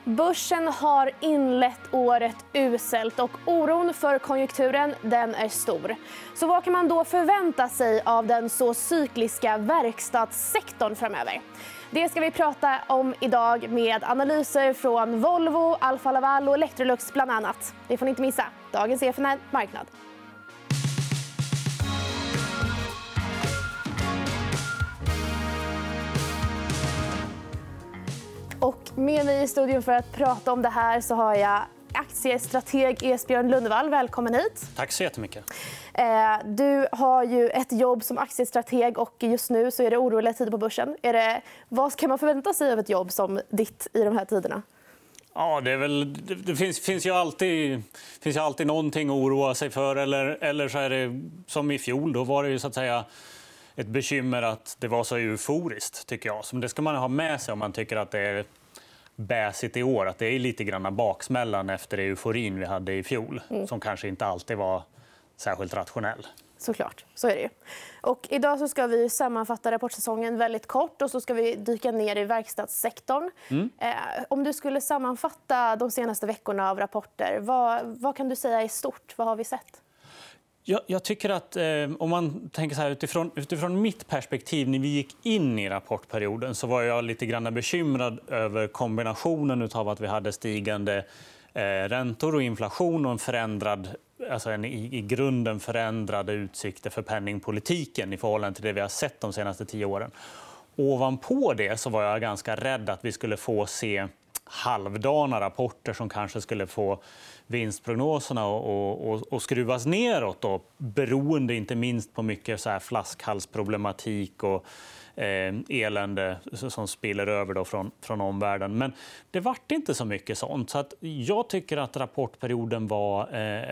Börsen har inlett året uselt och oron för konjunkturen den är stor. Så vad kan man då förvänta sig av den så cykliska verkstadssektorn framöver? Det ska vi prata om idag med analyser från Volvo, Alfa Laval och Electrolux bland annat. Det får ni inte missa. Dagens EFN Marknad. Och med mig i studion för att prata om det här så har jag aktiestrateg Esbjörn Lundevall. Välkommen hit. Tack så jättemycket. Du har ju ett jobb som aktiestrateg och just nu så är det oroliga tider på börsen. Vad kan man förvänta sig av ett jobb som ditt i de här tiderna? Ja, det finns ju alltid någonting att oroa sig för. Eller så är det som i fjol. Då var det ju så att säga ett bekymmer att det var så euforiskt, tycker jag. Så det ska man ha med sig om man tycker att det är bäsigt i år. Att det är lite grann baksmällan efter euforin vi hade i fjol. Som kanske inte alltid var särskilt rationell. Såklart, så är det ju. Och idag så ska vi sammanfatta rapportsäsongen väldigt kort och så ska vi dyka ner i verkstadssektorn. Om du skulle sammanfatta de senaste veckorna av rapporter, vad kan du säga är stort? Vad har vi sett? Jag tycker att om man tänker så här, utifrån mitt perspektiv när vi gick in i rapportperioden så var jag lite grann bekymrad över kombinationen av att vi hade stigande räntor och inflation och en i grunden förändrade utsikter för penningpolitiken i förhållande till det vi har sett de senaste 10 åren. Ovanpå det så var jag ganska rädd att vi skulle få se halvdana rapporter som kanske skulle få vinstprognoserna och skruvas neråt då, beroende inte minst på mycket så här flaskhalsproblematik och elände som spiller över då från omvärlden. Men det vart inte så mycket sånt. Så att jag tycker att rapportperioden var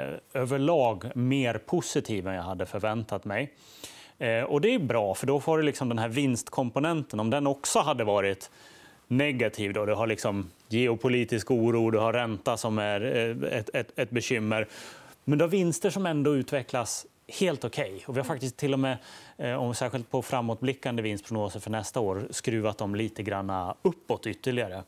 överlag mer positiv än jag hade förväntat mig. Och det är bra, för då får du liksom den här vinstkomponenten. Om den också hade varit negativ då, du har liksom geopolitisk oro, du har ränta som är ett bekymmer. Men du har vinster som ändå utvecklas helt okej. Och vi har faktiskt till och med, särskilt på framåtblickande vinstprognoser för nästa år, skruvat dem lite grann uppåt ytterligare.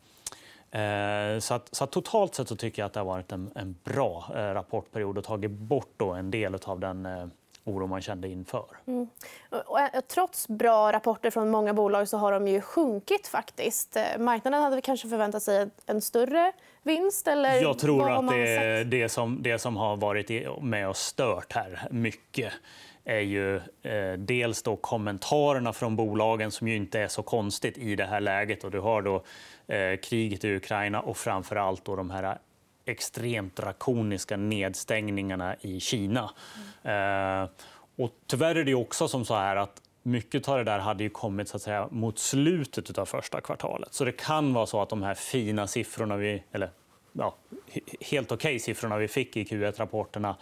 Så att totalt sett så tycker jag att det har varit en bra rapportperiod och tagit bort då en del av den oro man kände inför. Och trots bra rapporter från många bolag så har de ju sjunkit faktiskt. Marknaden hade kanske förväntat sig en större vinst? Eller jag tror att det som har varit med och stört här mycket är ju dels då kommentarerna från bolagen som ju inte är så konstigt i det här läget. Och du har då kriget i Ukraina och framförallt då de här extremt drakoniska nedstängningarna i Kina. Och tyvärr är det också som så här att mycket av det där hade ju kommit så att säga mot slutet av första kvartalet. Så det kan vara så att de här fina siffrorna helt okej siffrorna vi fick i Q1-rapporterna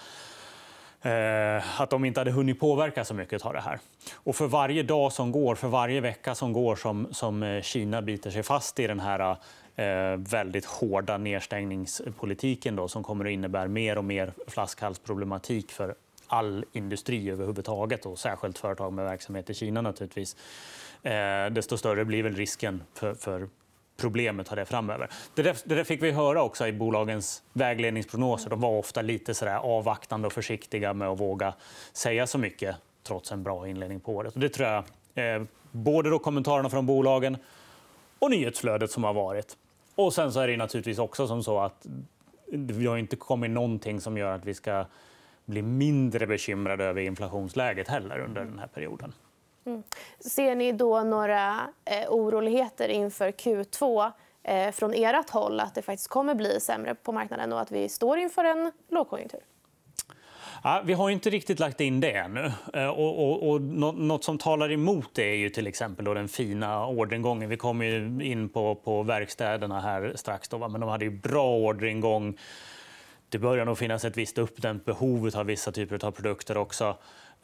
att de inte hade hunnit påverka så mycket av det här. Och för varje dag som går, för varje vecka som går som Kina biter sig fast i den här väldigt hårda nedstängningspolitiken då, som kommer att innebära mer och mer flaskhalsproblematik för all industri överhuvudtaget och särskilt företag med verksamhet i Kina naturligtvis. Desto större blir väl risken för problemet har det framöver. Det där fick vi höra också i bolagens vägledningsprognoser. De var ofta lite så där avvaktande och försiktiga med att våga säga så mycket trots en bra inledning på året. Och det tror jag både då kommentarerna från bolagen och nyhetsflödet som har varit. Och sen så är det naturligtvis också som så att vi har inte kommit någonting som gör att vi ska bli mindre bekymrade över inflationsläget heller under den här perioden. Ser ni då några oroligheter inför Q2 från ert håll att det faktiskt kommer bli sämre på marknaden och att vi står inför en lågkonjunktur? Ja, vi har inte riktigt lagt in det ännu. Och något som talar emot det är ju till exempel då den fina orderingången. Vi kommer ju in på verkstäderna här strax då, men de hade ju bra orderingång. Det börjar nog finnas ett visst uppdämt behov av vissa typer av produkter också.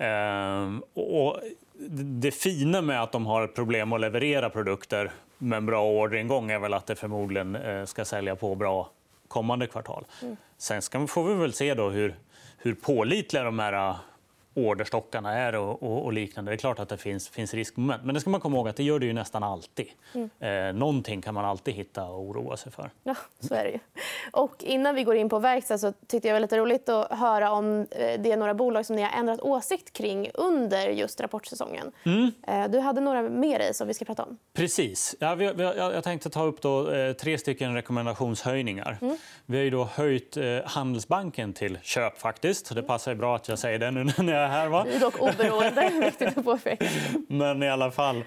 Och det fina med att de har problem att leverera produkter med en bra orderingång är väl att det förmodligen ska sälja på bra kommande kvartal. Sen får vi väl se då hur pålitliga de här orderstockarna är och liknande. Det är klart att det finns riskmoment. Men det ska man komma ihåg att det gör det ju nästan alltid. Någonting kan man alltid hitta och oroa sig för. Ja, så är det ju. Och innan vi går in på verkstad så tyckte jag det var lite roligt att höra om det är några bolag som ni har ändrat åsikt kring under just rapportsäsongen. Du hade några med dig som vi ska prata om. Precis. Ja, jag tänkte ta upp då, 3 stycken rekommendationshöjningar. Vi har ju då höjt Handelsbanken till köp faktiskt. Det passar ju bra att jag säger det nu när jag är här. Va? Du är dock oberoende, viktigt att påpeka. Men i alla fall.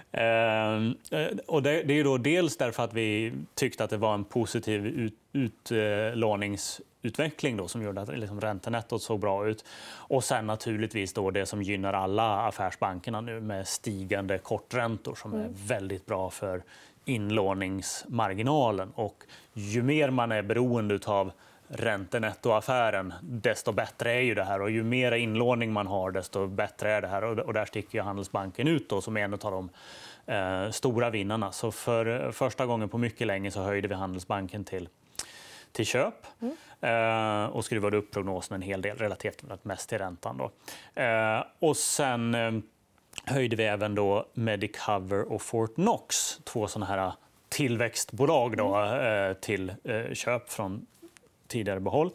Och det är ju då dels därför att vi tyckte att det var en positiv utlåningsutveckling då, som gjorde att liksom räntenettot såg bra ut. Och sen naturligtvis då det som gynnar alla affärsbankerna nu med stigande korträntor som är väldigt bra för inlåningsmarginalen. Och ju mer man är beroende av räntenettoaffären, desto bättre är ju det här. Och ju mer inlåning man har, desto bättre är det här. Och där sticker Handelsbanken ut då, som en av de stora vinnarna. Så för första gången på mycket länge så höjde vi Handelsbanken till köp och skruvade upp prognosen en hel del, relativt mest till räntan. Då. Och sen höjde vi även då Medicover och Fortnox, 2 såna här tillväxtbolag då, till köp från tidigare behåll.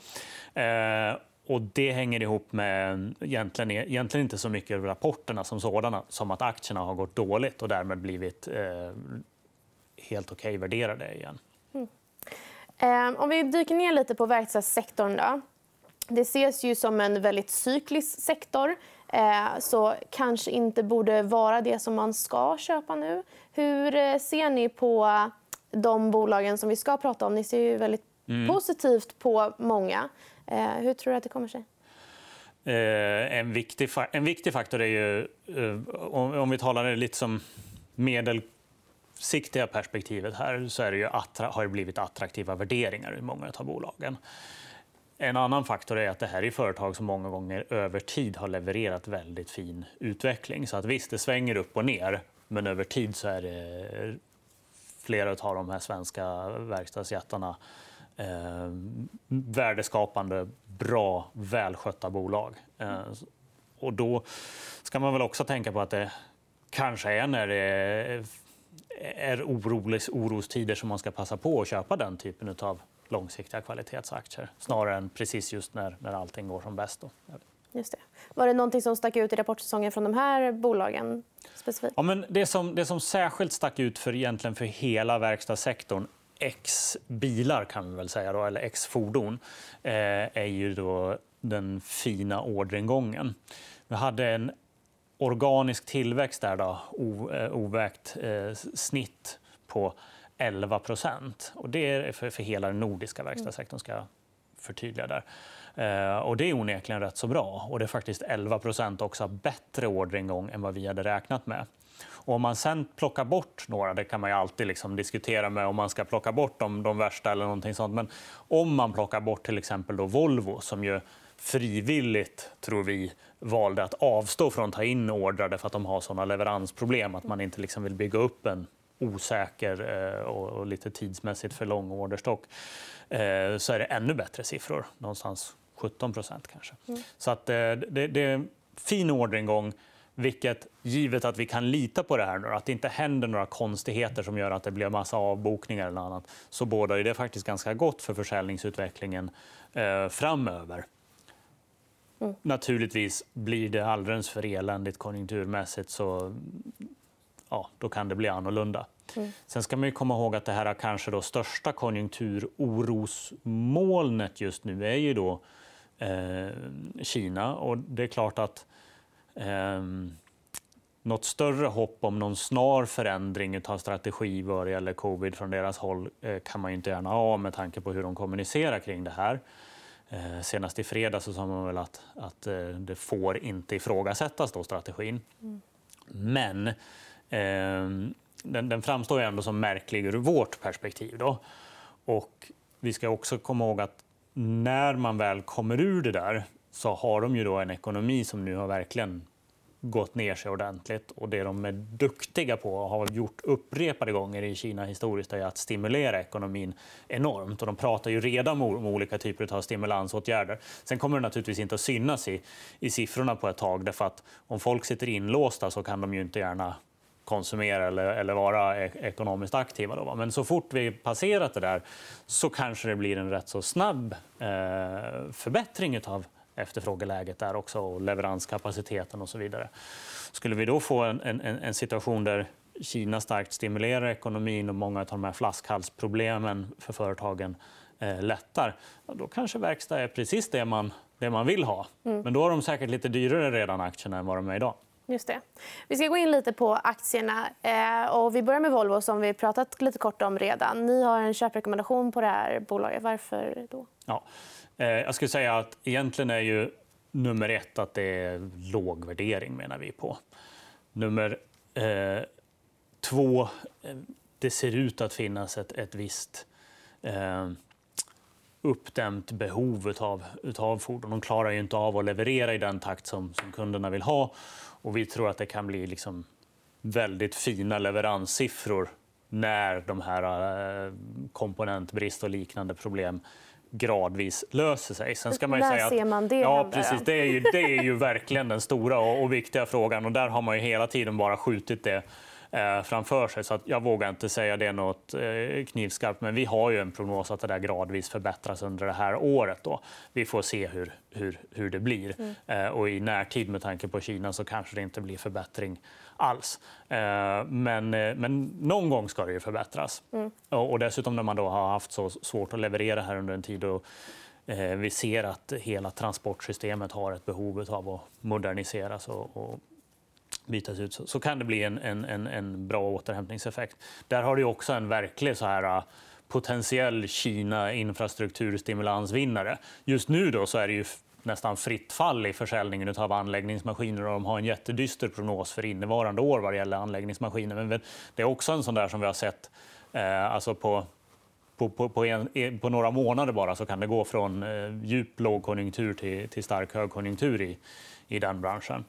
Och det hänger ihop med egentligen inte så mycket rapporterna som sådana, som att aktierna har gått dåligt och därmed blivit helt okej värderade igen. Om vi dyker ner lite på verkstadssektorn då. Det ses ju som en väldigt cyklisk sektor, så kanske inte borde vara det som man ska köpa nu. Hur ser ni på de bolagen som vi ska prata om? Ni ser ju väldigt positivt på många. Hur tror du att det kommer sig? En viktig faktor är ju, om vi talar det lite som medelsiktiga perspektivet här, så är det ju har det blivit attraktiva värderingar i många av bolagen. En annan faktor är att det här är företag som många gånger över tid har levererat väldigt fin utveckling. Så att visst, det svänger upp och ner, men över tid så är det flera av de här svenska verkstadsjättarna värdeskapande, bra, välskötta bolag. Och då ska man väl också tänka på att det kanske är när det är orostider som man ska passa på att köpa den typen av långsiktiga kvalitetsaktier snarare än precis just när allting går som bäst. Då. Just det. Var det någonting som stack ut i rapportsäsongen från de här bolagen specifikt? Ja, men det som särskilt stack ut egentligen för hela verkstadssektorn, X-bilar kan vi väl säga då, eller X-fordon, är ju då den fina orderingången. Vi hade en organisk tillväxt där då, ovägt snitt på 11%. Och det är för hela den nordiska verkstadssektorn, ska jag förtydliga där. Och det är onekligen rätt så bra. Och det är faktiskt 11% också bättre orderingång än vad vi hade räknat med. Och om man sen plockar bort några, det kan man ju alltid liksom diskutera med om man ska plocka bort de värsta eller någonting sånt. Men om man plockar bort till exempel då Volvo, som ju frivilligt, tror vi, valde att avstå från att ta in ordrar för att de har såna leveransproblem att man inte liksom vill bygga upp en osäker och lite tidsmässigt för lång orderstock, så är det ännu bättre siffror, någonstans 17% kanske. Så att det är fin orderingång, vilket givet att vi kan lita på det här nu, att det inte händer några konstigheter som gör att det blir en massa avbokningar eller annat, så båda är det faktiskt ganska gott för försäljningsutvecklingen framöver. Naturligtvis blir det alldeles för eländigt konjunkturmässigt, så ja, då kan det bli annorlunda. Sen ska man ju komma ihåg att det här kanske då största konjunkturorosmolnet just nu är ju då Kina, och det är klart att något större hopp om någon snar förändring av strategi vad det gäller covid från deras håll kan man ju inte gärna ha med tanke på hur de kommunicerar kring det här. Senast i fredags så sa man väl att det får inte ifrågasättas då, strategin. Men den framstår ju ändå som märklig ur vårt perspektiv då. Och vi ska också komma ihåg att när man väl kommer ur det där så har de ju då en ekonomi som nu har verkligen gått ner sig ordentligt. Och det de är duktiga på och har gjort upprepade gånger i Kina historiskt är att stimulera ekonomin enormt. Och de pratar ju redan om olika typer av stimulansåtgärder. Sen kommer det naturligtvis inte att synas i siffrorna på ett tag. Därför att om folk sitter inlåsta så kan de ju inte gärna konsumera eller vara ekonomiskt aktiva. Då. Men så fort vi passerat det där så kanske det blir en rätt så snabb förbättring av efterfrågeläget där också och leveranskapaciteten och så vidare. Skulle vi då få en situation där Kina starkt stimulerar ekonomin och många av de här flaskhalsproblemen för företagen lättar, då kanske verkstad är precis det man vill ha. Men då har de säkert lite dyrare redan aktierna än vad de är idag. Just det. Vi ska gå in lite på aktierna. Och vi börjar med Volvo som vi pratat lite kort om redan. Ni har en köprekommendation på det här bolaget. Varför då? Ja. Jag skulle säga att egentligen är ju nummer 1 att det är låg värdering, menar vi på. Nummer 2, det ser ut att finnas ett visst uppdämt behov utav fordon. De klarar ju inte av att leverera i den takt som kunderna vill ha. Och vi tror att det kan bli liksom väldigt fina leveranssiffror när de här komponentbrist och liknande problem gradvis löser sig. Sen ska man ju säga att, ser man det ja, precis, det är ju verkligen den stora och viktiga frågan. Och där har man ju hela tiden bara skjutit det framför sig. Så att jag vågar inte säga det något knivskarpt. Men vi har ju en prognos att det där gradvis förbättras under det här året. Då. Vi får se hur det blir. Och i närtid med tanke på Kina så kanske det inte blir förbättring alls. Men någon gång ska det ju förbättras. Och dessutom när man då har haft så svårt att leverera här under en tid och vi ser att hela transportsystemet har ett behov av att moderniseras och bytas ut, så kan det bli en bra återhämtningseffekt. Där har du också en verklig så här potentiell Kina-infrastrukturstimulansvinnare. Just nu då så är det ju nästan fritt fall i försäljningen av anläggningsmaskiner och de har en jättedyster prognos för innevarande år vad det gäller anläggningsmaskiner. Men det är också en sån där som vi har sett alltså på några månader bara så kan det gå från djup lågkonjunktur till stark högkonjunktur i den branschen.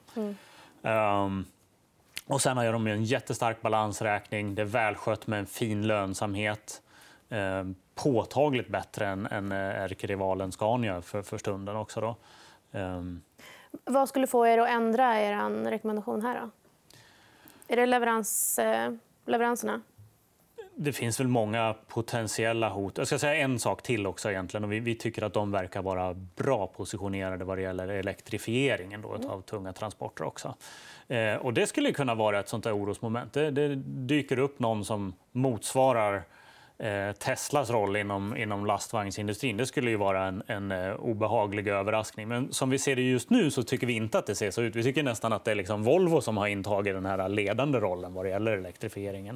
Och sen har de en jättestark balansräkning. Det är välskött med en fin lönsamhet. Påtagligt bättre än ärkerivalen Scania för stunden också. Då. Vad skulle få er att ändra er rekommendation här då? Är det leveranserna? Det finns väl många potentiella hot. Jag ska säga en sak till också egentligen. Och vi tycker att de verkar vara bra positionerade vad det gäller elektrifieringen då, av tunga transporter också. Och det skulle kunna vara ett sånt där orosmoment. Det dyker upp någon som motsvarar Teslas roll inom lastvagnsindustrin. Det skulle ju vara en obehaglig överraskning. Men som vi ser det just nu så tycker vi inte att det ser så ut. Vi tycker nästan att det är liksom Volvo som har intagit den här ledande rollen vad det gäller elektrifieringen.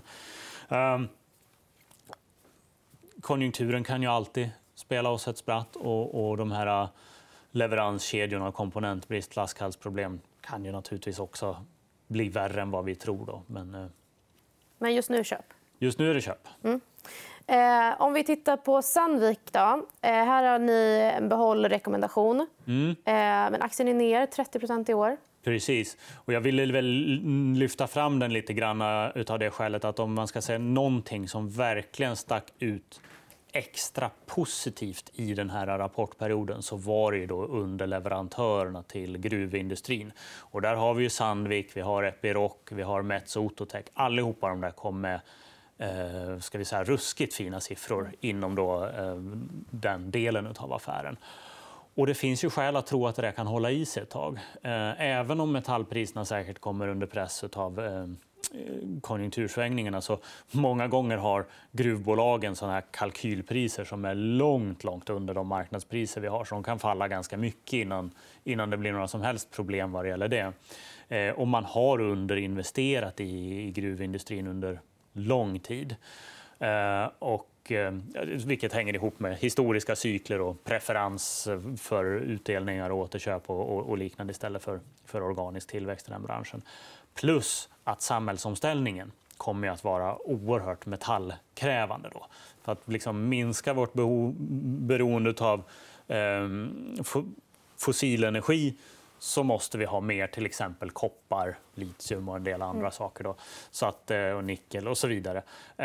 Konjunkturen kan ju alltid spela oss ett spratt och de här leveranskedjorna, komponentbrist, flaskhalsproblem kan ju naturligtvis också bli värre än vad vi tror. Då. Men just nu köp? Just nu är det köp. Om vi tittar på Sandvik då. Här har ni en behållrekommendation. Men aktien är ner 30% i år. Precis. Och jag ville väl lyfta fram den lite grann utav det skälet att om man ska säga någonting som verkligen stack ut extra positivt i den här rapportperioden så var det ju då underleverantörerna till gruvindustrin. Och där har vi ju Sandvik, vi har Epiroc, vi har Metso Outotec. Allihopa de där kom med ska vi säga, ruskigt fina siffror inom då, den delen av affären. Och det finns ju skäl att tro att det där kan hålla i sig ett tag. Även om metallpriserna säkert kommer under press av konjunktursvängningarna så många gånger har gruvbolagen såna här kalkylpriser som är långt under de marknadspriser vi har. Så de kan falla ganska mycket innan det blir några som helst problem vad det gäller det. Och man har underinvesterat i gruvindustrin under lång tid. Vilket hänger ihop med historiska cykler och preferens för utdelningar och återköp och liknande istället för organisk tillväxt i den branschen. Plus att samhällsomställningen kommer att vara oerhört metallkrävande. Då. För att liksom minska vårt beroende av fossil energi så måste vi ha mer till exempel koppar, litium och en del andra saker. Då. Så att, och nickel och så vidare.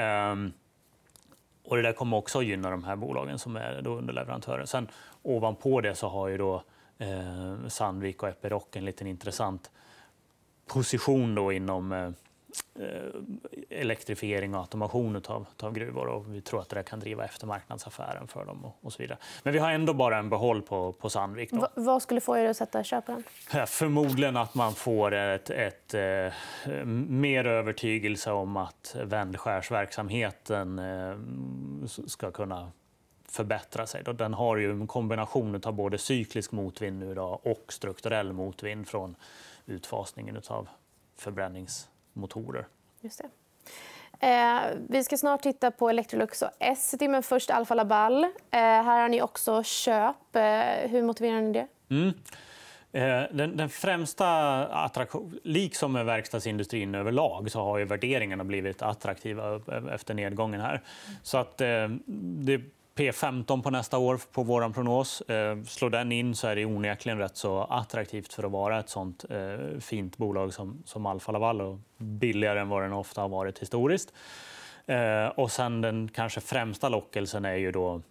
Och det där kommer också att gynna de här bolagen som är då underleverantörer. Sen ovanpå det så har ju då Sandvik och Epiroc en liten intressant position då inom elektrifiering och automation av gruvor, och vi tror att det där kan driva eftermarknadsaffären för dem och så vidare. Men vi har ändå bara en behåll på Sandvik. Då. Vad skulle få er att sätta köp på den? Förmodligen att man får ett mer övertygelse om att vändskärsverksamheten ska kunna förbättra sig. Den har ju en kombination av både cyklisk motvind nu då och strukturell motvind från utfasningen av förbränningsmotorer. Just det. Vi ska snart titta på Electrolux och Essity, men först Alfa Laval. Här har ni också köp. Hur motiverar ni det? Den främsta attraktion, liksom med verkstadsindustrin överlag, så har ju värderingarna blivit attraktiva efter nedgången här. Så att det P15 på nästa år på vår prognos. Slår den in så är det onekligen rätt så attraktivt för att vara ett sånt fint bolag som Alfa Laval, och billigare än vad den ofta har varit historiskt. Och sen den kanske främsta lockelsen är ju då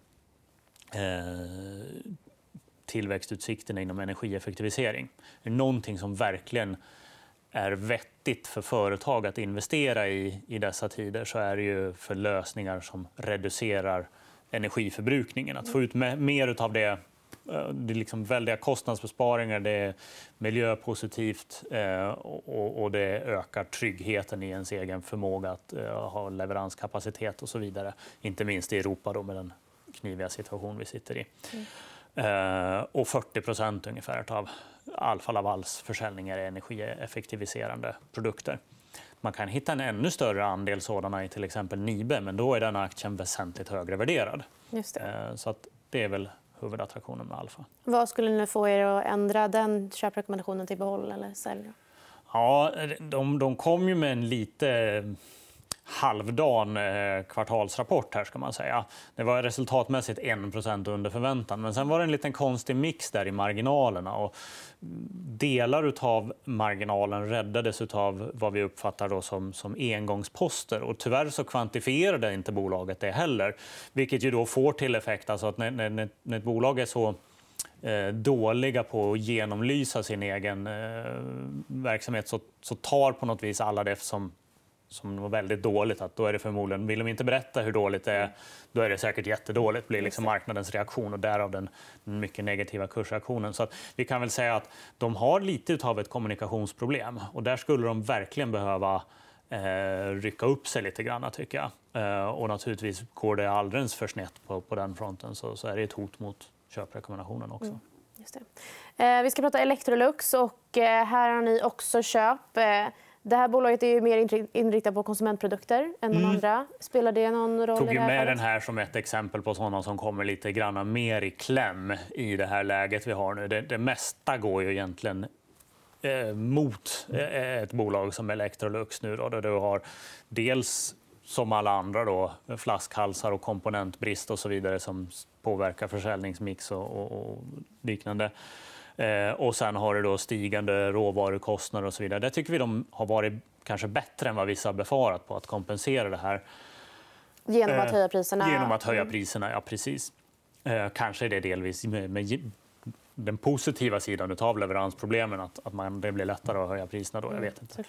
tillväxtutsikterna inom energieffektivisering. Det är någonting som verkligen är vettigt för företag att investera i dessa tider, så är det ju för lösningar som reducerar energiförbrukningen. Att få ut mer av det. Det är liksom väldiga kostnadsbesparingar, det är miljöpositivt och det ökar tryggheten i ens egen förmåga att ha leveranskapacitet och så vidare. Inte minst i Europa då, med den kniviga situation vi sitter i. Och 40% ungefär av Alfa Lavals försäljning är energieffektiviserande produkter. Man kan hitta en ännu större andel sådana i till exempel Nibe, men då är den aktien väsentligt högre värderad. Just det. Så att det är väl huvudattraktionen med Alfa. Vad skulle ni få er att ändra den köprekommendationen till behåll eller sälj? Ja, de kom ju med en lite halvdan kvartalsrapport här, ska man säga. Det var resultatmässigt 1% under förväntan, men sen var det en liten konstig mix där i marginalerna, och delar av marginalen räddades av vad vi uppfattar då som engångsposter, och tyvärr så kvantifierade inte bolaget det heller, vilket ju då får till effekt alltså att när ett bolag är så dåliga på att genomlysa sin egen verksamhet, så tar på något vis alla det som var väldigt dåligt, att då är det förmodligen, vill de inte berätta hur dåligt det är, då är det säkert jättedåligt, blir liksom marknadens reaktion, och därav den mycket negativa kursreaktionen. Så att vi kan väl säga att de har lite av ett kommunikationsproblem, och där skulle de verkligen behöva rycka upp sig lite grann, tycker jag. Och naturligtvis går det alldeles för snett på den fronten, så är det ett hot mot köprekommendationen också. Just det. Vi ska prata Electrolux, och här har ni också köp. Det här bolaget är ju mer inriktat på konsumentprodukter än de andra. Spelar det någon roll? Tog ju med den här som ett exempel på sådana som kommer lite grann mer i kläm i det här läget vi har nu. Det mesta går ju egentligen mot ett bolag som Electrolux nu då, där du har dels som alla andra då flaskhalsar och komponentbrist och så vidare som påverkar försäljningsmix och liknande. Och sen har du då stigande råvarukostnader och så vidare. Där tycker vi de har varit kanske bättre än vad vissa har befarat på att kompensera det här. Genom att höja priserna? Genom att höja priserna, ja precis. Kanske är det delvis med den positiva sidan av leveransproblemen, att det blir lättare att höja priserna då, jag vet inte.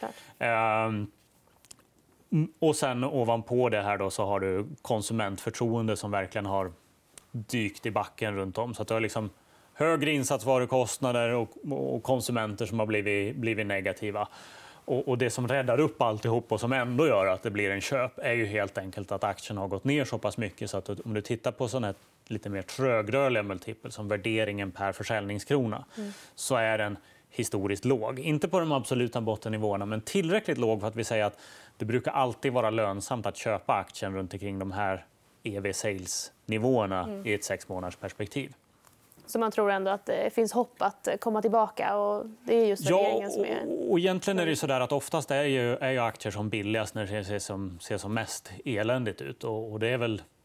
Och sen ovanpå det här då så har du konsumentförtroende som verkligen har dykt i backen runt om. Så att du har liksom högre insatsvarukostnader och konsumenter som har blivit negativa. Och det som räddar upp alltihop och som ändå gör att det blir en köp är ju helt enkelt att aktien har gått ner så pass mycket, så att om du tittar på sådana här lite mer trögrörliga multipel som värderingen per försäljningskrona, så är den historiskt låg. Inte på de absoluta bottennivåerna, men tillräckligt låg för att vi säger att det brukar alltid vara lönsamt att köpa aktien runt omkring de här EV-sales-nivåerna i ett 6 månaders perspektiv. Så man tror ändå att det finns hopp att komma tillbaka, och det är just värderingen som är... Och egentligen är det så där att oftast är ju aktier som billigast när det ser som mest eländigt ut, och det är väl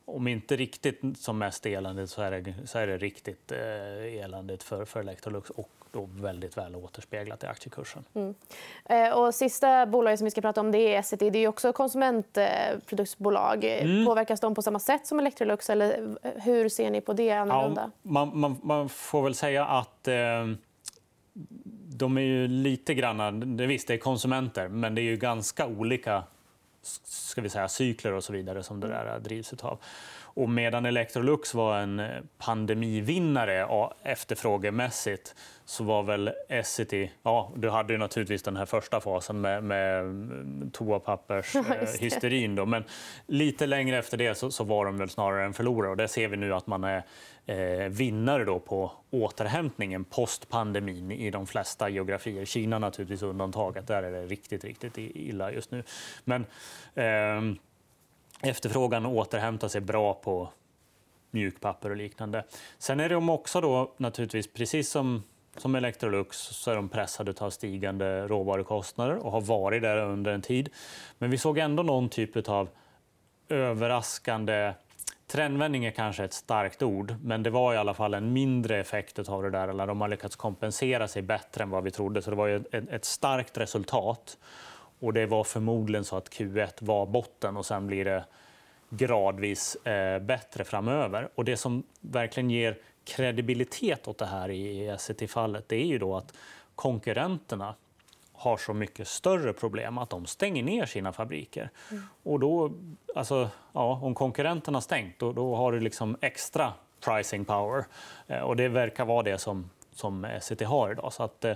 om inte riktigt som mest eländigt så är det riktigt eländigt för Electrolux och då väldigt väl återspeglat i aktiekursen. Och sista bolaget som vi ska prata om det är Essity. Det är ju också konsumentproduktsbolag. Påverkas de på samma sätt som Electrolux eller hur ser ni på det annorlunda? Ja, man får väl säga att de är ju lite grann, visst det är konsumenter, men det är ju ganska olika ska vi säga, cykler och så vidare som det där drivs utav. Och medan Electrolux var en pandemivinnare efterfrågemässigt så var väl Essity, du hade ju naturligtvis den här första fasen med toapappershysterin då, men lite längre efter det så var de väl snarare en förlorare och där ser vi nu att man är vinnare då på återhämtningen postpandemin i de flesta geografier. Kina naturligtvis undantaget, där är det riktigt illa just nu. Men efterfrågan återhämtar sig bra på mjukpapper och liknande. Sen är de också då naturligtvis precis som Electrolux så är de pressade av stigande råvarukostnader och har varit där under en tid. Men vi såg ändå någon typ av överraskande trendvändning är kanske ett starkt ord, men det var i alla fall en mindre effekt av det där, eller de har lyckats kompensera sig bättre än vad vi trodde. Så det var ju ett starkt resultat och det var förmodligen så att Q1 var botten och sen blir det gradvis bättre framöver. Och det som verkligen ger kredibilitet åt det här i Essity-fallet, det är ju då att konkurrenterna har så mycket större problem att de stänger ner sina fabriker. Och då, om konkurrenterna stängt, då har du liksom extra pricing power. Och det verkar vara det som Essity har idag. Så att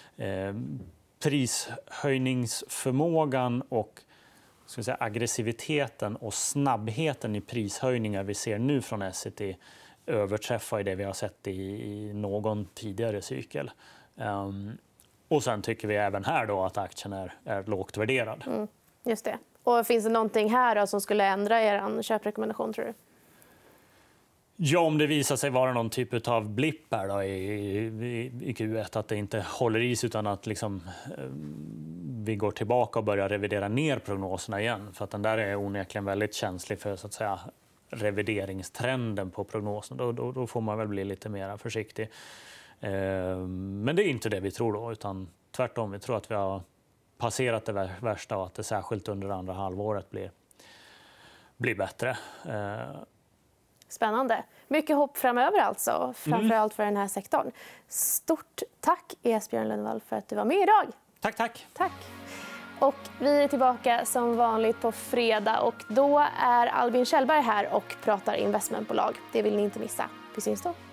prishöjningsförmågan och aggressiviteten och snabbheten i prishöjningar vi ser nu från Essity överträffar det vi har sett i någon tidigare cykel. Och sen tycker vi även här då att aktien är lågt värderad. Just det. Och finns det någonting här då som skulle ändra er köprekommendation, tror du? Ja, om det visar sig vara någon typ av blipp här då i Q1, att det inte håller i sig utan att vi går tillbaka och börjar revidera ner prognoserna igen. För att den där är onekligen väldigt känslig för så att säga revideringstrenden på prognosen. Då får man väl bli lite mer försiktig. Men det är inte det vi tror då, utan tvärtom. Vi tror att vi har passerat det värsta och att det särskilt under andra halvåret blir bättre. Spännande. Mycket hopp framöver alltså, framförallt för den här sektorn. Stort tack Esbjörn Lundvall för att du var med idag. Tack. Och vi är tillbaka som vanligt på fredag och då är Albin Kjellberg här och pratar investmentbolag. Det vill ni inte missa. Vi syns då.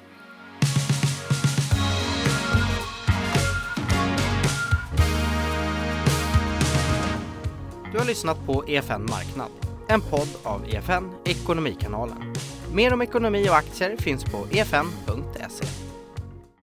Du har lyssnat på EFN Marknad, en podd av EFN Ekonomikanalen. Mer om ekonomi och aktier finns på efn.se.